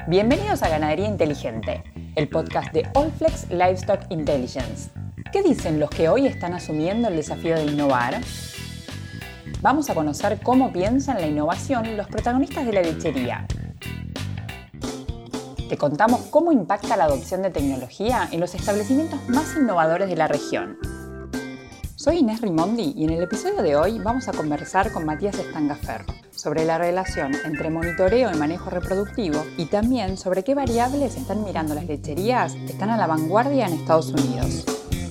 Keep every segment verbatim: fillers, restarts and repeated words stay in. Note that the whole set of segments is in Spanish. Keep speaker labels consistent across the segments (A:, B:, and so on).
A: Bienvenidos a Ganadería Inteligente, el podcast de Allflex Livestock Intelligence. ¿Qué dicen los que hoy están asumiendo el desafío de innovar? Vamos a conocer cómo piensan la innovación los protagonistas de la lechería. Te contamos cómo impacta la adopción de tecnología en los establecimientos más innovadores de la región. Soy Inés Rimondi y en el episodio de hoy vamos a conversar con Matías Stangaferro sobre la relación entre monitoreo y manejo reproductivo y también sobre qué variables están mirando las lecherías que están a la vanguardia en Estados Unidos.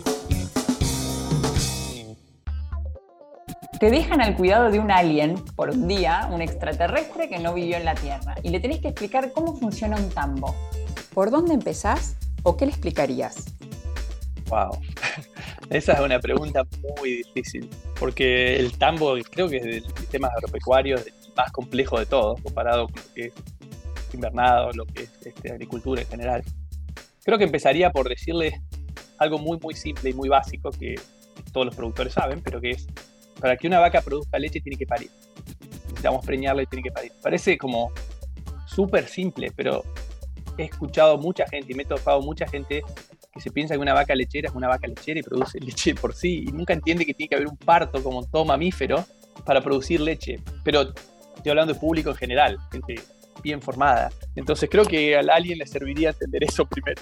A: Te dejan al cuidado de un alien por un día, un extraterrestre que no vivió en la Tierra, y le tenés que explicar cómo funciona un tambo. ¿Por dónde empezás o qué le explicarías?
B: Wow, esa es una pregunta muy difícil, porque el tambo creo que es de los sistemas agropecuarios el más complejo de todos, comparado con lo que es invernado, lo que es este, agricultura en general. Creo que empezaría por decirles algo muy muy simple y muy básico que todos los productores saben, pero que es, para que una vaca produzca leche tiene que parir. Necesitamos preñarla y tiene que parir. Parece como súper simple, pero he escuchado mucha gente y me he tocado mucha gente que se piensa que una vaca lechera es una vaca lechera y produce leche por sí, y nunca entiende que tiene que haber un parto como todo mamífero para producir leche. Pero estoy hablando de público en general, gente bien formada. Entonces creo que a alguien le serviría entender eso primero.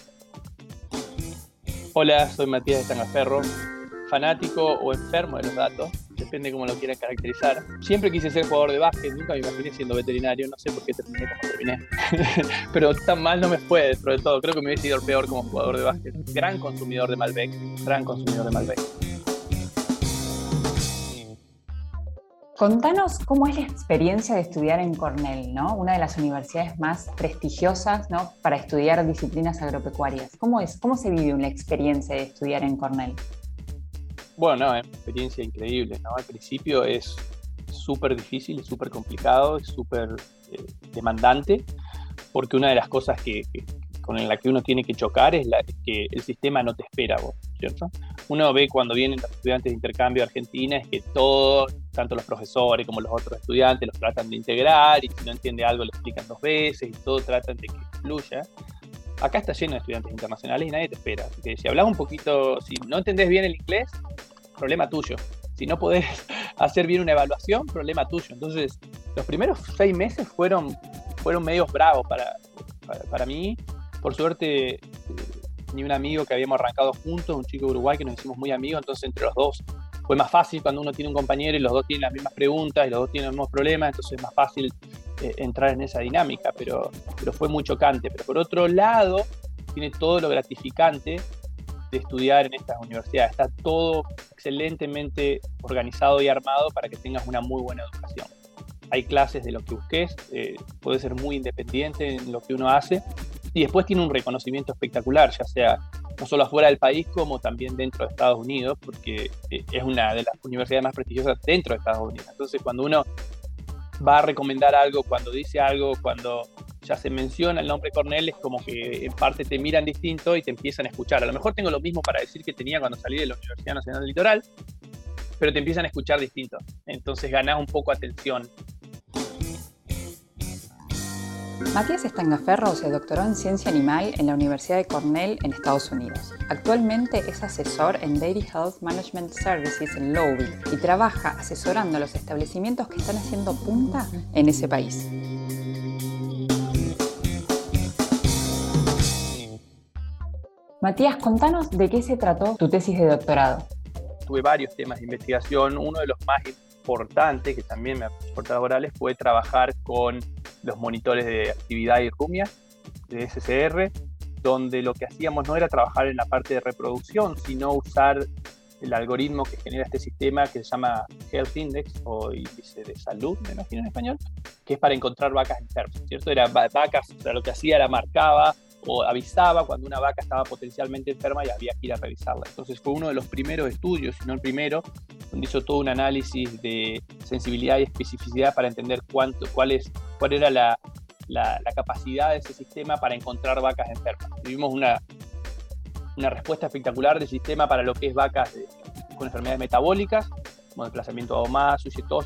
B: Hola, soy Matías Stangaferro, fanático o enfermo de los datos, depende cómo lo quieran caracterizar. Siempre quise ser jugador de básquet, nunca me imaginé siendo veterinario, no sé por qué terminé como terminé. Pero tan mal no me fue dentro de todo, creo que me hubiese ido peor como jugador de básquet. Gran consumidor de Malbec, gran consumidor de Malbec.
A: Contanos cómo es la experiencia de estudiar en Cornell, ¿no? Una de las universidades más prestigiosas, ¿no?, para estudiar disciplinas agropecuarias. ¿Cómo es? ¿Cómo se vive una experiencia de estudiar en Cornell?
B: Bueno, no, es una experiencia increíble, ¿no? Al principio es súper difícil, es súper complicado, es súper eh, demandante, porque una de las cosas que, que, con la que uno tiene que chocar es, la, es que el sistema no te espera a vos, ¿cierto? Uno ve cuando vienen los estudiantes de intercambio a Argentina es que todos, tanto los profesores como los otros estudiantes, los tratan de integrar, y si no entiende algo le explican dos veces y todo tratan de que fluya. Acá está lleno de estudiantes internacionales y nadie te espera. Así que si hablas un poquito, si no entendés bien el inglés, problema tuyo. Si no podés hacer bien una evaluación, problema tuyo. Entonces, los primeros seis meses fueron, fueron medios bravos para, para, para mí. Por suerte, eh, tenía un amigo que habíamos arrancado juntos, un chico de Uruguay que nos hicimos muy amigos, entonces entre los dos fue más fácil cuando uno tiene un compañero y los dos tienen las mismas preguntas y los dos tienen los mismos problemas, entonces es más fácil eh, entrar en esa dinámica, pero, pero fue muy chocante. Pero por otro lado, tiene todo lo gratificante de estudiar en estas universidades. Está todo excelentemente organizado y armado para que tengas una muy buena educación. Hay clases de lo que busques, eh, puede ser muy independiente en lo que uno hace, y después tiene un reconocimiento espectacular, ya sea no solo afuera del país como también dentro de Estados Unidos, porque eh, es una de las universidades más prestigiosas dentro de Estados Unidos. Entonces, cuando uno va a recomendar algo, cuando dice algo, cuando ya se menciona el nombre Cornell, es como que en parte te miran distinto y te empiezan a escuchar. A lo mejor tengo lo mismo para decir que tenía cuando salí de la Universidad Nacional del Litoral, pero te empiezan a escuchar distinto. Entonces ganás un poco atención.
A: Matías Stangaferro se doctoró en Ciencia Animal en la Universidad de Cornell en Estados Unidos. Actualmente es asesor en Dairy Health Management Services en Louisville y trabaja asesorando a los establecimientos que están haciendo punta en ese país. Matías, contanos de qué se trató tu tesis de doctorado.
B: Tuve varios temas de investigación. Uno de los más importantes, que también me aportó laborales, fue trabajar con los monitores de actividad y rumia de S C R, donde lo que hacíamos no era trabajar en la parte de reproducción, sino usar el algoritmo que genera este sistema que se llama Health Index, o índice de salud, me imagino en español, que es para encontrar vacas enfermas, ¿cierto? Era vacas, o sea, lo que hacía era marcaba o avisaba cuando una vaca estaba potencialmente enferma y había que ir a revisarla. Entonces fue uno de los primeros estudios, si no el primero, donde hizo todo un análisis de sensibilidad y especificidad para entender cuánto, cuál, es, cuál era la, la, la capacidad de ese sistema para encontrar vacas enfermas. Tuvimos una, una respuesta espectacular del sistema para lo que es vacas de, con enfermedades metabólicas, como desplazamiento de ahumada, sucietosis,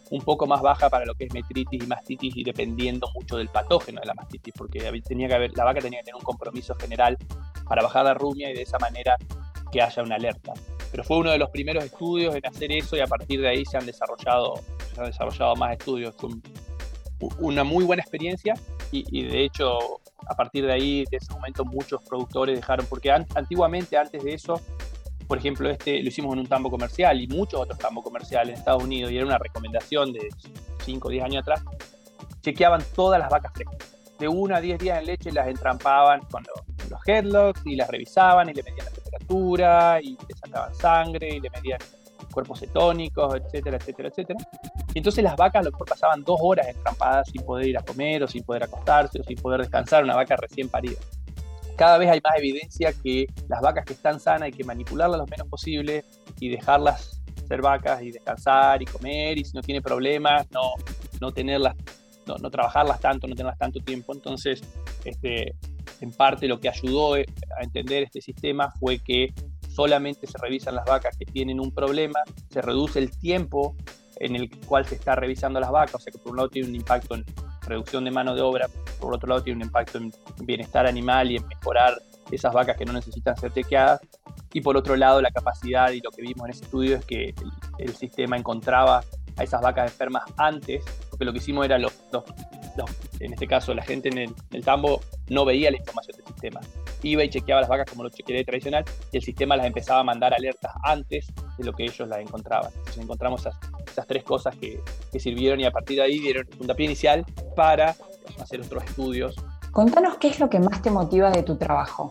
B: un poco más baja para lo que es metritis y mastitis, y dependiendo mucho del patógeno de la mastitis, porque tenía que haber, la vaca tenía que tener un compromiso general para bajar la rumia y de esa manera que haya una alerta. Pero fue uno de los primeros estudios en hacer eso, y a partir de ahí se han desarrollado, se han desarrollado más estudios. Fue un, una muy buena experiencia, y, y de hecho a partir de ahí, de ese momento, muchos productores dejaron, porque an, antiguamente, antes de eso, por ejemplo, este lo hicimos en un tambo comercial y muchos otros tambos comerciales en Estados Unidos, y era una recomendación de cinco o diez años atrás, chequeaban todas las vacas frescas. De uno a diez días en leche las entrampaban con los, los headlocks y las revisaban y le medían la temperatura y le sacaban sangre y le medían cuerpos cetónicos, etcétera, etcétera, etcétera. Y entonces las vacas a lo mejor pasaban dos horas entrampadas sin poder ir a comer o sin poder acostarse o sin poder descansar, una vaca recién parida. Cada vez hay más evidencia que las vacas que están sanas hay que manipularlas lo menos posible y dejarlas ser vacas y descansar y comer, y si no tiene problemas, no, no tenerlas, no, no trabajarlas tanto, no tenerlas tanto tiempo. Entonces, este, en parte lo que ayudó a entender este sistema fue que solamente se revisan las vacas que tienen un problema, se reduce el tiempo en el cual se está revisando las vacas, o sea que por un lado tiene un impacto en reducción de mano de obra, por otro lado tiene un impacto en bienestar animal y en mejorar esas vacas que no necesitan ser chequeadas, y por otro lado la capacidad, y lo que vimos en ese estudio es que el, el sistema encontraba a esas vacas enfermas antes, porque lo que hicimos era, los, los, los, en este caso la gente en el, en el tambo no veía la información del sistema, iba y chequeaba las vacas como lo chequeé tradicional, y el sistema las empezaba a mandar alertas antes de lo que ellos las encontraban. Entonces encontramos esas, esas tres cosas que, que sirvieron, y a partir de ahí dieron el puntapié inicial para hacer otros estudios.
A: Contanos qué es lo que más te motiva de tu trabajo.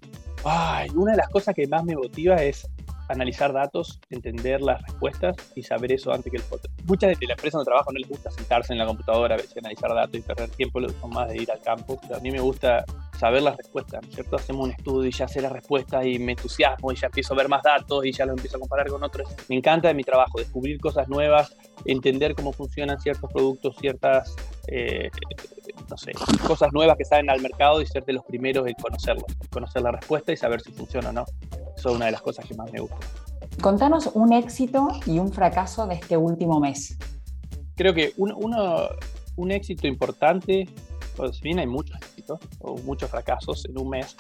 B: Ay, una de las cosas que más me motiva es analizar datos, entender las respuestas y saber eso antes que el otro. Muchas de las empresas donde trabajo no les gusta sentarse en la computadora a veces, analizar datos y perder tiempo, lo son más de ir al campo. Pero a mí me gusta saber las respuestas, ¿no es cierto? Hacemos un estudio y ya sé las respuestas y me entusiasmo y ya empiezo a ver más datos y ya los empiezo a comparar con otros. Me encanta de mi trabajo descubrir cosas nuevas, entender cómo funcionan ciertos productos, ciertas eh, no sé, cosas nuevas que salen al mercado y ser de los primeros en conocerlo, conocer la respuesta y saber si funciona o no. Eso es una de las cosas que más me gusta.
A: Contanos un éxito y un fracaso de este último mes.
B: Creo que un, uno, un éxito importante, bueno, si bien hay muchos éxitos o muchos fracasos en un mes,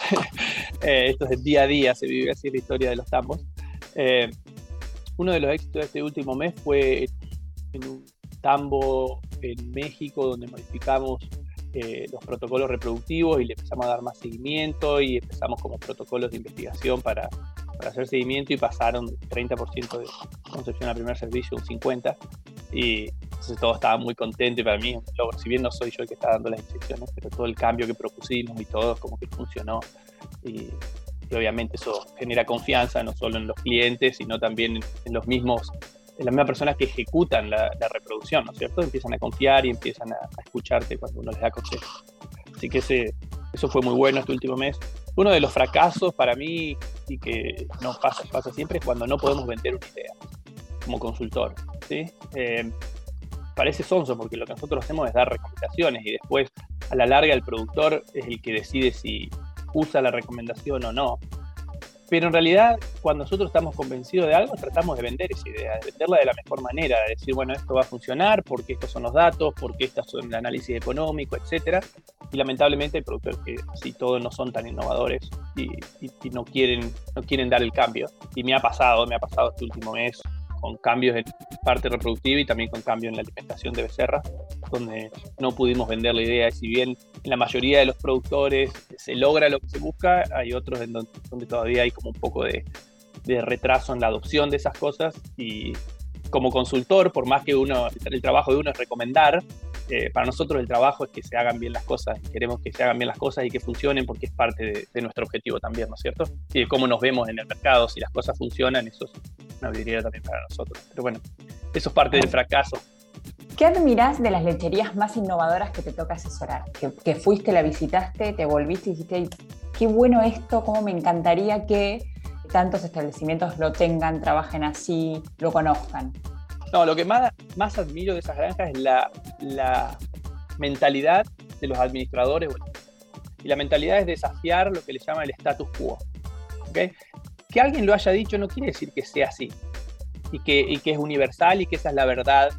B: eh, esto es el día a día, se vive así la historia de los tambos. Eh, uno de los éxitos de este último mes fue en un tambo en México, donde modificamos eh, los protocolos reproductivos y le empezamos a dar más seguimiento, y empezamos como protocolos de investigación para, para hacer seguimiento, y pasaron treinta por ciento de concepción al primer servicio, un cincuenta por ciento, y entonces todo estaba muy contento, y para mí es un logro. Si bien no soy yo el que está dando las inyecciones, pero todo el cambio que propusimos y todo como que funcionó, y, y obviamente eso genera confianza no solo en los clientes, sino también en, en los mismos en las mismas personas que ejecutan la, la reproducción, ¿no es cierto? Empiezan a confiar y empiezan a, a escucharte cuando uno les da consejos. Así que ese, eso fue muy bueno este último mes. Uno de los fracasos para mí, y que no pasa, pasa siempre, es cuando no podemos vender una idea como consultor, ¿sí? Eh, parece sonso porque lo que nosotros hacemos es dar recomendaciones, y después a la larga el productor es el que decide si usa la recomendación o no. Pero en realidad, cuando nosotros estamos convencidos de algo, tratamos de vender esa idea, de venderla de la mejor manera, de decir, bueno, esto va a funcionar porque estos son los datos, porque estos son el análisis económico, etcétera. Y lamentablemente hay productores que así todos no son tan innovadores y, y, y no quieren, no quieren dar el cambio. Y me ha pasado, me ha pasado este último mes con cambios en parte reproductiva y también con cambios en la alimentación de becerras, donde no pudimos vender la idea. Y si bien en la mayoría de los productores se logra lo que se busca, hay otros en donde, donde todavía hay como un poco de, de retraso en la adopción de esas cosas. Y como consultor, por más que uno, el trabajo de uno es recomendar, eh, para nosotros el trabajo es que se hagan bien las cosas, y queremos que se hagan bien las cosas y que funcionen, porque es parte de, de nuestro objetivo también, ¿no es cierto? Y de cómo nos vemos en el mercado. Si las cosas funcionan, eso es una vidriera también para nosotros. Pero bueno, eso es parte del fracaso.
A: ¿Qué admirás de las lecherías más innovadoras que te toca asesorar? Que, que fuiste, la visitaste, te volviste y dijiste, qué bueno esto, cómo me encantaría que tantos establecimientos lo tengan, trabajen así, lo conozcan.
B: No, lo que más, más admiro de esas granjas es la, la mentalidad de los administradores. Bueno, y la mentalidad es desafiar lo que le llama el status quo. ¿Okay? Que alguien lo haya dicho no quiere decir que sea así, y que, y que es universal y que esa es la verdad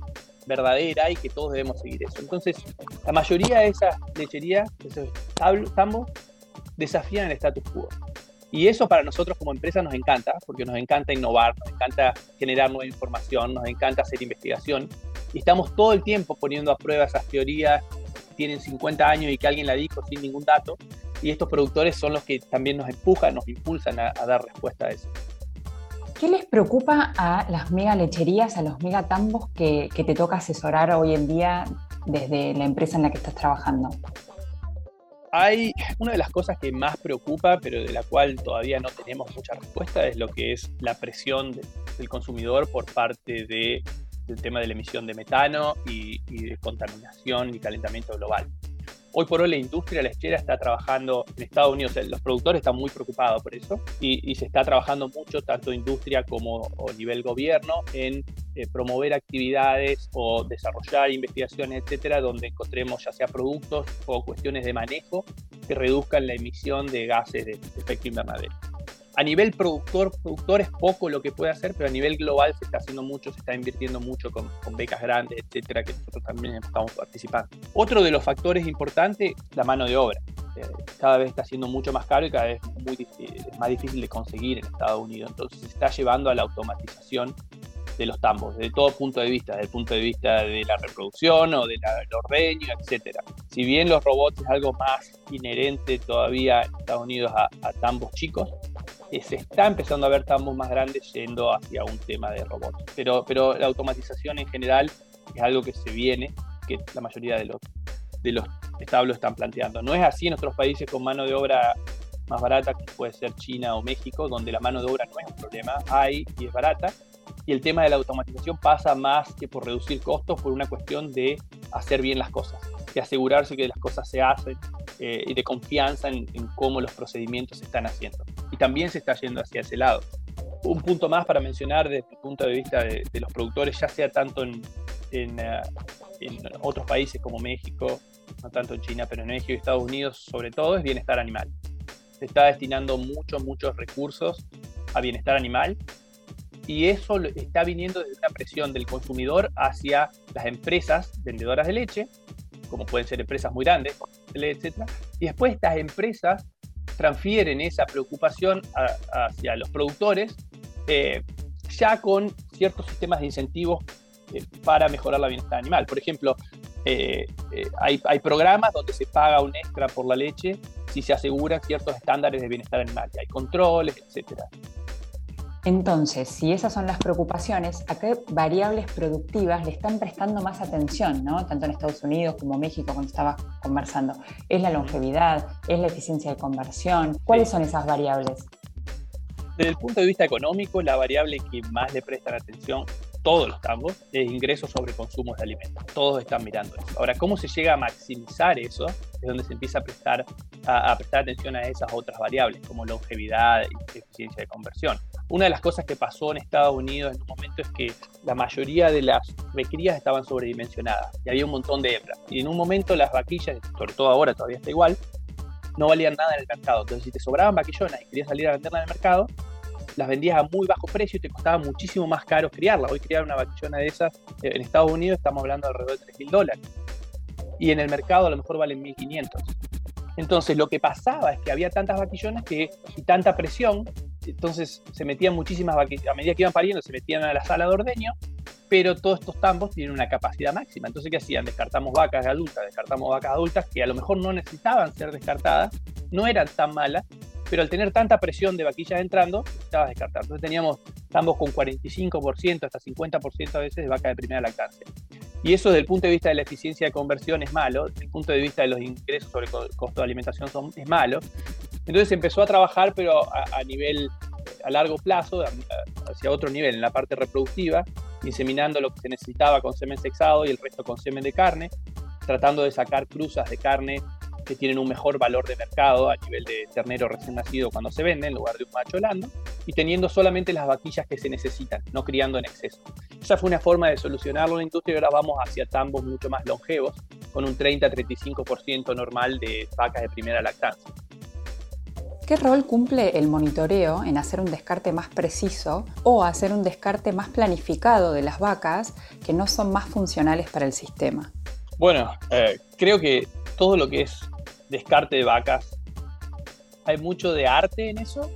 B: verdadera y que todos debemos seguir eso. Entonces, la mayoría de esas lecherías, de esos tambos, desafían el status quo. Y eso para nosotros como empresa nos encanta, porque nos encanta innovar, nos encanta generar nueva información, nos encanta hacer investigación. Y estamos todo el tiempo poniendo a prueba esas teorías que tienen cincuenta años y que alguien la dijo sin ningún dato. Y estos productores son los que también nos empujan, nos impulsan a, a dar respuesta a eso.
A: ¿Qué les preocupa a las mega lecherías, a los mega tambos que, que te toca asesorar hoy en día desde la empresa en la que estás trabajando?
B: Hay una de las cosas que más preocupa, pero de la cual todavía no tenemos mucha respuesta, es lo que es la presión de, del consumidor por parte de, del tema de la emisión de metano y, y de contaminación y calentamiento global. Hoy por hoy la industria lechera está trabajando en Estados Unidos, los productores están muy preocupados por eso y, y se está trabajando mucho, tanto industria como a nivel gobierno, en eh, promover actividades o desarrollar investigaciones, etcétera, donde encontremos ya sea productos o cuestiones de manejo que reduzcan la emisión de gases de, de efecto invernadero. A nivel productor, productor es poco lo que puede hacer, pero a nivel global se está haciendo mucho, se está invirtiendo mucho con, con becas grandes, etcétera, que nosotros también estamos participando. Otro de los factores importantes, la mano de obra. Eh, cada vez está siendo mucho más caro y cada vez muy, eh, más difícil de conseguir en Estados Unidos. Entonces se está llevando a la automatización de los tambos, desde todo punto de vista, desde el punto de vista de la reproducción o del ordeño, etcétera. Si bien los robots es algo más inherente todavía en Estados Unidos a, a tambos chicos, eh, se está empezando a ver tambos más grandes yendo hacia un tema de robots. Pero, pero la automatización en general es algo que se viene, que la mayoría de los, de los establos están planteando. No es así en otros países con mano de obra más barata, que puede ser China o México, donde la mano de obra no es un problema, hay y es barata. Y el tema de la automatización pasa más que por reducir costos, por una cuestión de hacer bien las cosas, de asegurarse que las cosas se hacen eh, y de confianza en, en cómo los procedimientos se están haciendo. Y también se está yendo hacia ese lado. Un punto más para mencionar desde el punto de vista de, de los productores, ya sea tanto en, en, uh, en otros países como México, no tanto en China, pero en México y Estados Unidos sobre todo, es bienestar animal. Se está destinando muchos, muchos recursos a bienestar animal. Y eso está viniendo desde una presión del consumidor hacia las empresas vendedoras de leche, como pueden ser empresas muy grandes, etcétera. Y después estas empresas transfieren esa preocupación a, hacia los productores, eh, ya con ciertos sistemas de incentivos eh, para mejorar la bienestar animal. Por ejemplo, eh, eh, hay, hay programas donde se paga un extra por la leche si se aseguran ciertos estándares de bienestar animal. Y hay controles, etcétera.
A: Entonces, si esas son las preocupaciones, ¿a qué variables productivas le están prestando más atención, ¿no? Tanto en Estados Unidos como México, cuando estaba conversando? ¿Es la longevidad? ¿Es la eficiencia de conversión? ¿Cuáles son esas variables?
B: Desde el punto de vista económico, la variable que más le prestan atención todos los tambos es ingresos sobre consumos de alimentos. Todos están mirando eso. Ahora, ¿cómo se llega a maximizar eso? Es donde se empieza a prestar, a, a prestar atención a esas otras variables, como longevidad y eficiencia de conversión. Una de las cosas que pasó en Estados Unidos en un momento es que la mayoría de las recrías estaban sobredimensionadas y había un montón de hembras. Y en un momento las vaquillas, sobre todo ahora todavía está igual, no valían nada en el mercado. Entonces, si te sobraban vaquillonas y querías salir a venderlas en el mercado, las vendías a muy bajo precio y te costaba muchísimo más caro criarla. Hoy criar una vaquillona de esas en Estados Unidos estamos hablando de alrededor de tres mil dólares. Y en el mercado a lo mejor valen mil quinientos. Entonces, lo que pasaba es que había tantas vaquillonas que, y tanta presión, entonces se metían muchísimas vaquillas. A medida que iban pariendo, se metían a la sala de ordeño, pero todos estos tambos tienen una capacidad máxima. Entonces, ¿qué hacían? Descartamos vacas adultas, descartamos vacas adultas que a lo mejor no necesitaban ser descartadas, no eran tan malas, pero al tener tanta presión de vaquillas entrando, necesitabas descartar. Entonces teníamos tambos con cuarenta y cinco por ciento hasta cincuenta por ciento a veces de vaca de primera lactancia. Y eso desde el punto de vista de la eficiencia de conversión es malo, desde el punto de vista de los ingresos sobre costo de alimentación son, es malo. Entonces se empezó a trabajar, pero a, a nivel, a largo plazo, a, a, hacia otro nivel, en la parte reproductiva, inseminando lo que se necesitaba con semen sexado y el resto con semen de carne, tratando de sacar cruzas de carne que tienen un mejor valor de mercado a nivel de ternero recién nacido cuando se vende, en lugar de un macho lando, y teniendo solamente las vaquillas que se necesitan, no criando en exceso. Esa fue una forma de solucionarlo en la industria y ahora vamos hacia tambos mucho más longevos, con un treinta a treinta y cinco por ciento normal de vacas de primera lactancia.
A: ¿Qué rol cumple el monitoreo en hacer un descarte más preciso o hacer un descarte más planificado de las vacas que no son más funcionales para el sistema?
B: Bueno, eh, creo que todo lo que es descarte de vacas, hay mucho de arte en eso,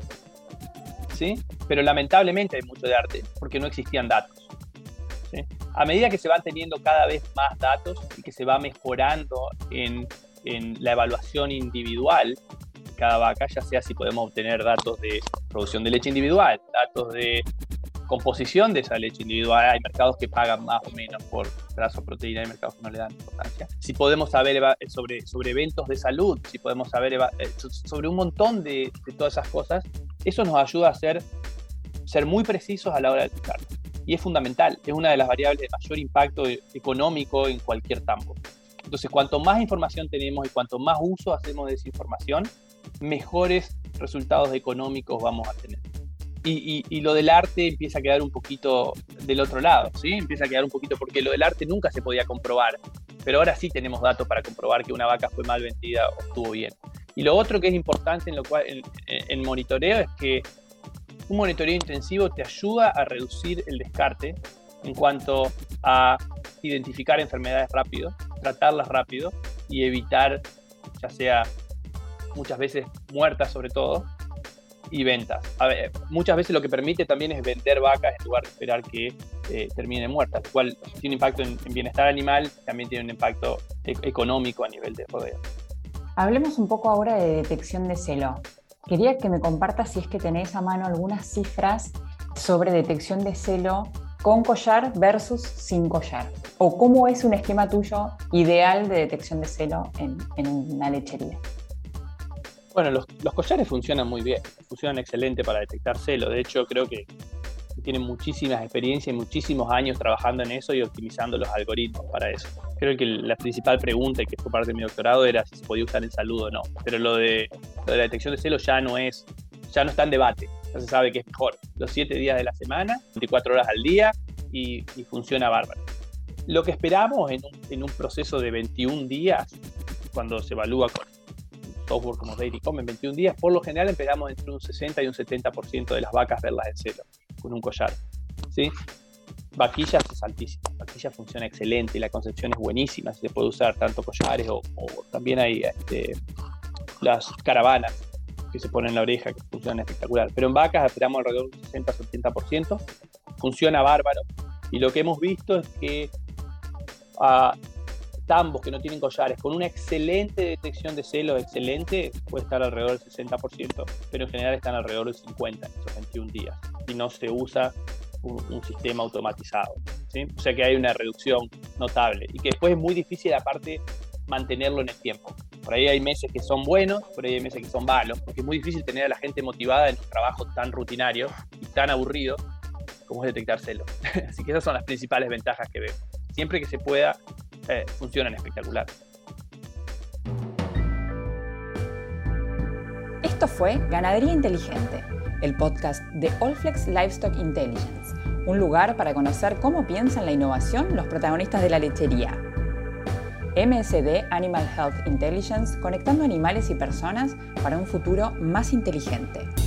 B: ¿sí? Pero lamentablemente hay mucho de arte porque no existían datos, ¿sí? A medida que se van teniendo cada vez más datos y que se va mejorando en, en la evaluación individual de cada vaca, ya sea si podemos obtener datos de producción de leche individual, datos de composición de esa leche individual, hay mercados que pagan más o menos por grasa o proteína, hay mercados que no le dan importancia. Si podemos saber sobre, sobre eventos de salud, si podemos saber sobre un montón de, de todas esas cosas, eso nos ayuda a ser, ser muy precisos a la hora de detectarlo. Y es fundamental, es una de las variables de mayor impacto económico en cualquier tambo. Entonces, cuanto más información tenemos y cuanto más uso hacemos de esa información, mejores resultados económicos vamos a tener. Y, y, y lo del arte empieza a quedar un poquito del otro lado, ¿sí? Empieza a quedar un poquito porque lo del arte nunca se podía comprobar, pero ahora sí tenemos datos para comprobar que una vaca fue mal vendida o estuvo bien. Y lo otro que es importante en lo cual en, en monitoreo es que un monitoreo intensivo te ayuda a reducir el descarte en cuanto a identificar enfermedades rápido, tratarlas rápido y evitar, ya sea muchas veces muertas sobre todo, y ventas. A ver, muchas veces lo que permite también es vender vacas en lugar de esperar que eh, terminen muertas, lo cual tiene impacto en, en bienestar animal, también tiene un impacto e- económico a nivel de rodeo.
A: Hablemos un poco ahora de detección de celo. Quería que me compartas si es que tenés a mano algunas cifras sobre detección de celo con collar versus sin collar, o cómo es un esquema tuyo ideal de detección de celo en, en una lechería.
B: Bueno, los, los collares funcionan muy bien, funcionan excelente para detectar celo. De hecho, creo que tienen muchísimas experiencias y muchísimos años trabajando en eso y optimizando los algoritmos para eso. Creo que la principal pregunta, que fue parte de mi doctorado, era si se podía usar en salud o no. Pero lo de, lo de la detección de celo ya no es, ya no está en debate. Ya se sabe que es mejor los siete días de la semana, veinticuatro horas al día y, y funciona bárbaro. Lo que esperamos en un, en un proceso de veintiún días, cuando se evalúa con software como Dairycom en veintiún días, por lo general esperamos entre un sesenta y un setenta por ciento de las vacas verlas en celo con un collar, ¿sí? Vaquillas es altísima, vaquilla funciona excelente y la concepción es buenísima, se puede usar tanto collares o, o también hay este, las caravanas que se ponen en la oreja que funcionan espectacular, pero en vacas esperamos alrededor de un sesenta a setenta por ciento, funciona bárbaro y lo que hemos visto es que uh, tambos que no tienen collares, con una excelente detección de celo, excelente, puede estar alrededor del sesenta por ciento, pero en general están alrededor del cincuenta por ciento en esos veintiún días, y no se usa un, un sistema automatizado, ¿sí? O sea que hay una reducción notable, y que después es muy difícil aparte mantenerlo en el tiempo. Por ahí hay meses que son buenos, por ahí hay meses que son malos, porque es muy difícil tener a la gente motivada en un trabajo tan rutinario y tan aburrido como es detectar celo. Así que esas son las principales ventajas que veo. Siempre que se pueda, Eh, funcionan espectacular.
A: Esto fue Ganadería Inteligente, el podcast de Allflex Livestock Intelligence, un lugar para conocer cómo piensan la innovación los protagonistas de la lechería. M S D Animal Health Intelligence, conectando animales y personas para un futuro más inteligente.